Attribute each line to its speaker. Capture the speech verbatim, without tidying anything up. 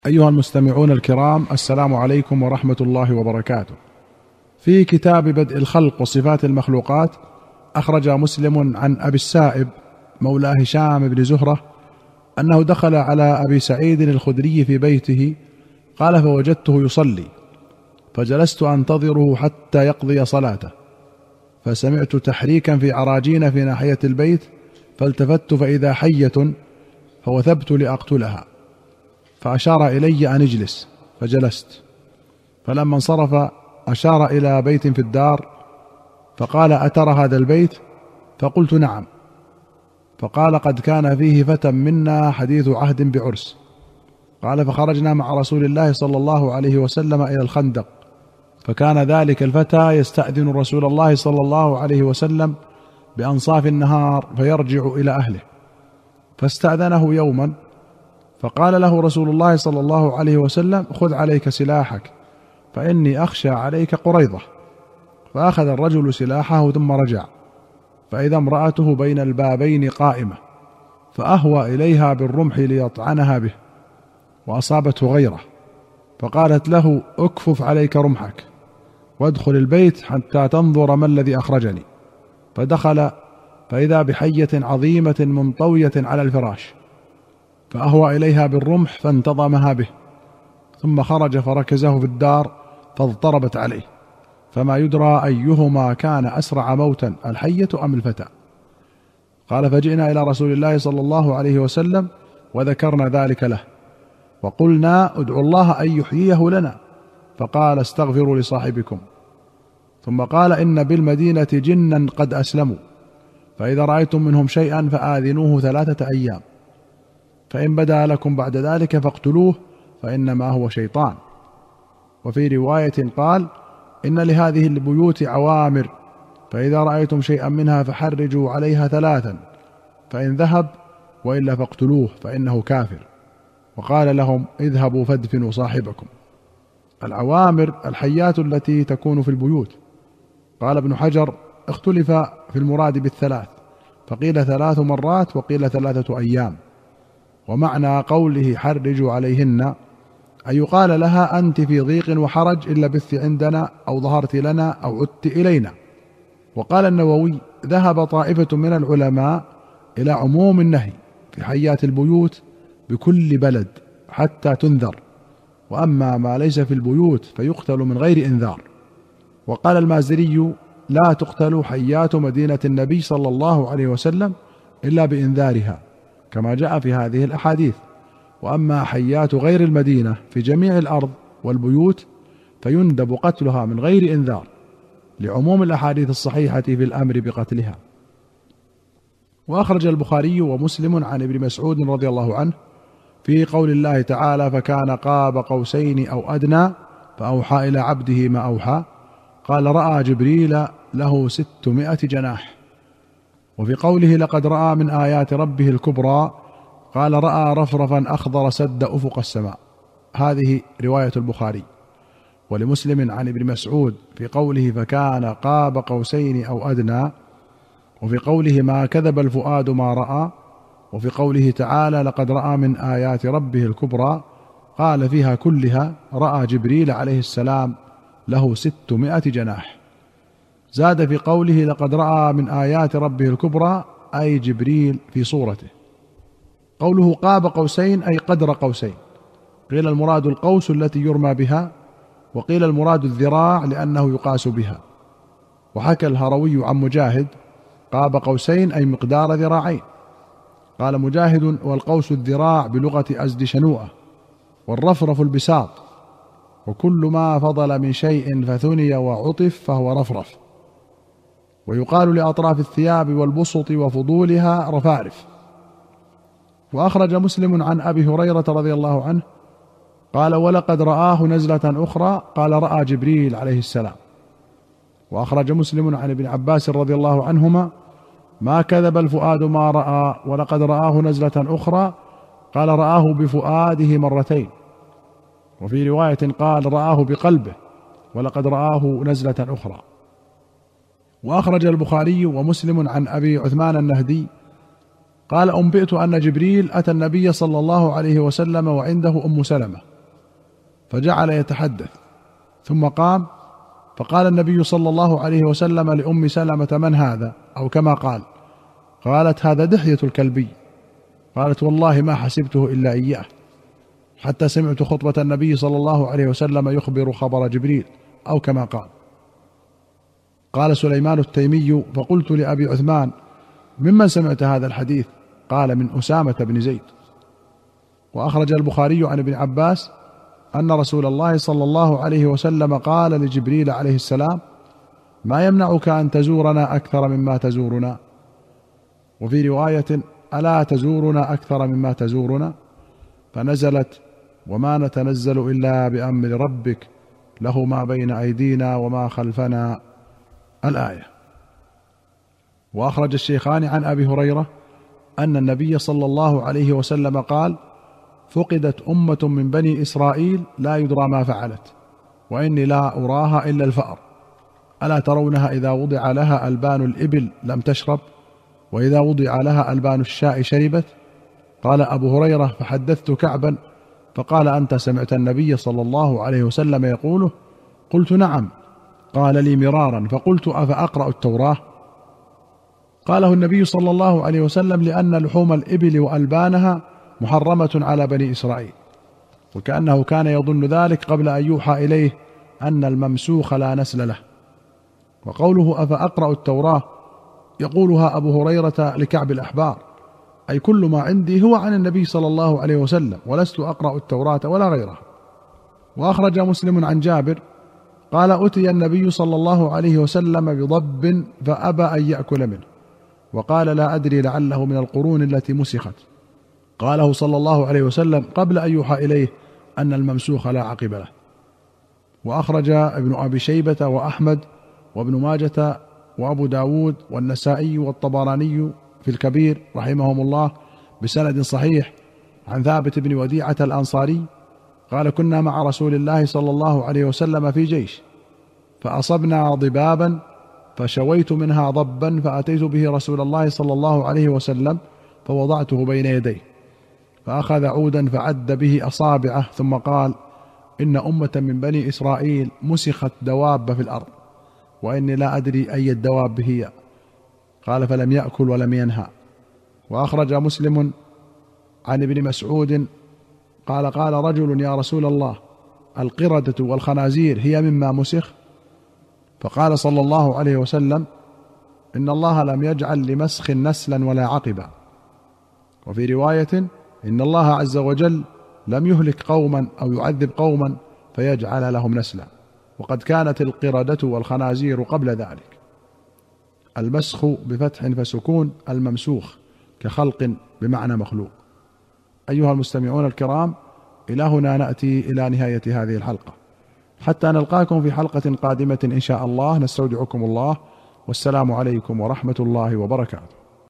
Speaker 1: أيها المستمعون الكرام، السلام عليكم ورحمة الله وبركاته. في كتاب بدء الخلق وصفات المخلوقات أخرج مسلم عن أبي السائب مولى هشام بن زهرة أنه دخل على أبي سعيد الخدري في بيته، قال: فوجدته يصلي فجلست أنتظره حتى يقضي صلاته، فسمعت تحريكا في عراجين في ناحية البيت، فالتفت فإذا حية، فوثبت لأقتلها، فأشار إلي أن اجلس، فجلست. فلما انصرف أشار إلى بيت في الدار، فقال: أترى هذا البيت؟ فقلت: نعم. فقال: قد كان فيه فتى منا حديث عهد بعرس. قال: فخرجنا مع رسول الله صلى الله عليه وسلم إلى الخندق، فكان ذلك الفتى يستأذن رسول الله صلى الله عليه وسلم بأنصاف النهار فيرجع إلى أهله، فاستأذنه يوما، فقال له رسول الله صلى الله عليه وسلم: خذ عليك سلاحك فإني أخشى عليك قريضة. فأخذ الرجل سلاحه ثم رجع، فإذا امرأته بين البابين قائمة، فأهوى إليها بالرمح ليطعنها به، وأصابته غيره، فقالت له: أكفف عليك رمحك وادخل البيت حتى تنظر ما الذي أخرجني. فدخل فإذا بحية عظيمة منطوية على الفراش، فأهوى إليها بالرمح فانتظمها به، ثم خرج فركزه في الدار فاضطربت عليه، فما يدرى أيهما كان أسرع موتا، الحية أم الفتى. قال: فجئنا إلى رسول الله صلى الله عليه وسلم وذكرنا ذلك له، وقلنا: ادعوا الله أن يحييه لنا. فقال: استغفروا لصاحبكم. ثم قال: إن بالمدينة جنا قد أسلموا، فإذا رأيتم منهم شيئا فآذنوه ثلاثة أيام، فإن بدا لكم بعد ذلك فاقتلوه، فإنما هو شيطان. وفي رواية قال: إن لهذه البيوت عوامر، فإذا رأيتم شيئا منها فحرجوا عليها ثلاثا، فإن ذهب وإلا فاقتلوه فإنه كافر. وقال لهم: اذهبوا فادفنوا صاحبكم. العوامر الحيات التي تكون في البيوت. قال ابن حجر: اختلف في المراد بالثلاث، فقيل ثلاث مرات وقيل ثلاثة أيام. ومعنى قوله حرجوا عليهن أن يقال لها: أنت في ضيق وحرج إن لبثت عندنا أو ظهرت لنا أو عدت إلينا. وقال النووي: ذهب طائفة من العلماء إلى عموم النهي في حيات البيوت بكل بلد حتى تنذر، وأما ما ليس في البيوت فيقتل من غير إنذار. وقال المازري: لا تقتل حيات مدينة النبي صلى الله عليه وسلم إلا بإنذارها، كما جاء في هذه الأحاديث. وأما حيات غير المدينة في جميع الأرض والبيوت فيندب قتلها من غير إنذار، لعموم الأحاديث الصحيحة في الأمر بقتلها. وأخرج البخاري ومسلم عن ابن مسعود رضي الله عنه في قول الله تعالى: فكان قاب قوسين أو أدنى فأوحى إلى عبده ما أوحى. قال: رأى جبريل له ستمائة جناح. وفي قوله: لقد رأى من آيات ربه الكبرى، قال: رأى رفرفا أخضر سد أفق السماء. هذه رواية البخاري. ولمسلم عن ابن مسعود في قوله: فكان قاب قوسين أو أدنى، وفي قوله: ما كذب الفؤاد ما رأى. وفي قوله تعالى: لقد رأى من آيات ربه الكبرى، قال فيها كلها: رأى جبريل عليه السلام له ستمائة جناح. زاد في قوله: لقد رأى من آيات ربه الكبرى، أي جبريل في صورته. قوله قاب قوسين أي قدر قوسين، قيل المراد القوس التي يرمى بها، وقيل المراد الذراع لأنه يقاس بها. وحكى الهروي عن مجاهد: قاب قوسين أي مقدار ذراعين. قال مجاهد: والقوس الذراع بلغة أزد شنوءة، والرفرف البساط، وكل ما فضل من شيء فثني وعطف فهو رفرف. ويقال لأطراف الثياب والبسط وفضولها رفارف. وأخرج مسلم عن أبي هريرة رضي الله عنه قال: ولقد رآه نزلة أخرى، قال: رأى جبريل عليه السلام. وأخرج مسلم عن ابن عباس رضي الله عنهما: ما كذب الفؤاد ما رأى، ولقد رآه نزلة أخرى، قال: رآه بفؤاده مرتين. وفي رواية قال: رآه بقلبه، ولقد رآه نزلة أخرى. وأخرج البخاري ومسلم عن أبي عثمان النهدي قال: أنبئت أن جبريل أتى النبي صلى الله عليه وسلم وعنده أم سلمة فجعل يتحدث، ثم قام فقال النبي صلى الله عليه وسلم لأم سلمة: من هذا؟ أو كما قال. قالت: هذا دحية الكلبي. قالت: والله ما حسبته إلا إياه، حتى سمعت خطبة النبي صلى الله عليه وسلم يخبر خبر جبريل، أو كما قال. قال سليمان التيمي: فقلت لأبي عثمان: ممن سمعت هذا الحديث؟ قال: من أسامة بن زيد. وأخرج البخاري عن ابن عباس أن رسول الله صلى الله عليه وسلم قال لجبريل عليه السلام: ما يمنعك أن تزورنا أكثر مما تزورنا؟ وفي رواية: ألا تزورنا أكثر مما تزورنا؟ فنزلت: وما نتنزل إلا بأمر ربك له ما بين أيدينا وما خلفنا، الآية. وأخرج الشيخان عن أبي هريرة أن النبي صلى الله عليه وسلم قال: فقدت أمة من بني إسرائيل لا يدرى ما فعلت، وإني لا أراها إلا الفأر، ألا ترونها إذا وضع لها ألبان الإبل لم تشرب، وإذا وضع لها ألبان الشاء شربت؟ قال أبو هريرة: فحدثت كعبا فقال: أنت سمعت النبي صلى الله عليه وسلم يقوله؟ قلت: نعم. قال لي مرارا، فقلت: أفأقرأ التوراة؟ قاله النبي صلى الله عليه وسلم لأن لحوم الإبل وألبانها محرمة على بني إسرائيل، وكأنه كان يظن ذلك قبل أن يوحى إليه أن الممسوخ لا نسل له. وقوله أفأقرأ التوراة يقولها أبو هريرة لكعب الأحبار، أي كل ما عندي هو عن النبي صلى الله عليه وسلم، ولست أقرأ التوراة ولا غيرها. وأخرج مسلم عن جابر قال: أتي النبي صلى الله عليه وسلم بضب فأبى أن يأكل منه، وقال: لا أدري لعله من القرون التي مسخت. قاله صلى الله عليه وسلم قبل أن يوحى إليه أن الممسوخ لا عقب له. وأخرج ابن أبي شيبة وأحمد وابن ماجة وأبو داود والنسائي والطبراني في الكبير رحمهم الله بسند صحيح عن ثابت بن وديعة الأنصاري قال: كنا مع رسول الله صلى الله عليه وسلم في جيش، فأصبنا ضبابا فشويت منها ضبا، فأتيت به رسول الله صلى الله عليه وسلم فوضعته بين يديه، فأخذ عودا فعد به أصابعه، ثم قال: إن أمة من بني إسرائيل مسخت دواب في الأرض، وإني لا أدري أي الدواب هي. قال: فلم يأكل ولم ينهى. وأخرج مسلم عن ابن مسعود قال: قال رجل: يا رسول الله، القردة والخنازير هي مما مسخ؟ فقال صلى الله عليه وسلم: إن الله لم يجعل لمسخ نسلا ولا عقبا. وفي رواية: إن الله عز وجل لم يهلك قوما أو يعذب قوما فيجعل لهم نسلا، وقد كانت القردة والخنازير قبل ذلك. المسخ بفتح فسكون، الممسوخ كخلق بمعنى مخلوق. أيها المستمعون الكرام، إلى هنا نأتي إلى نهاية هذه الحلقة، حتى نلقاكم في حلقة قادمة إن شاء الله. نستودعكم الله، والسلام عليكم ورحمة الله وبركاته.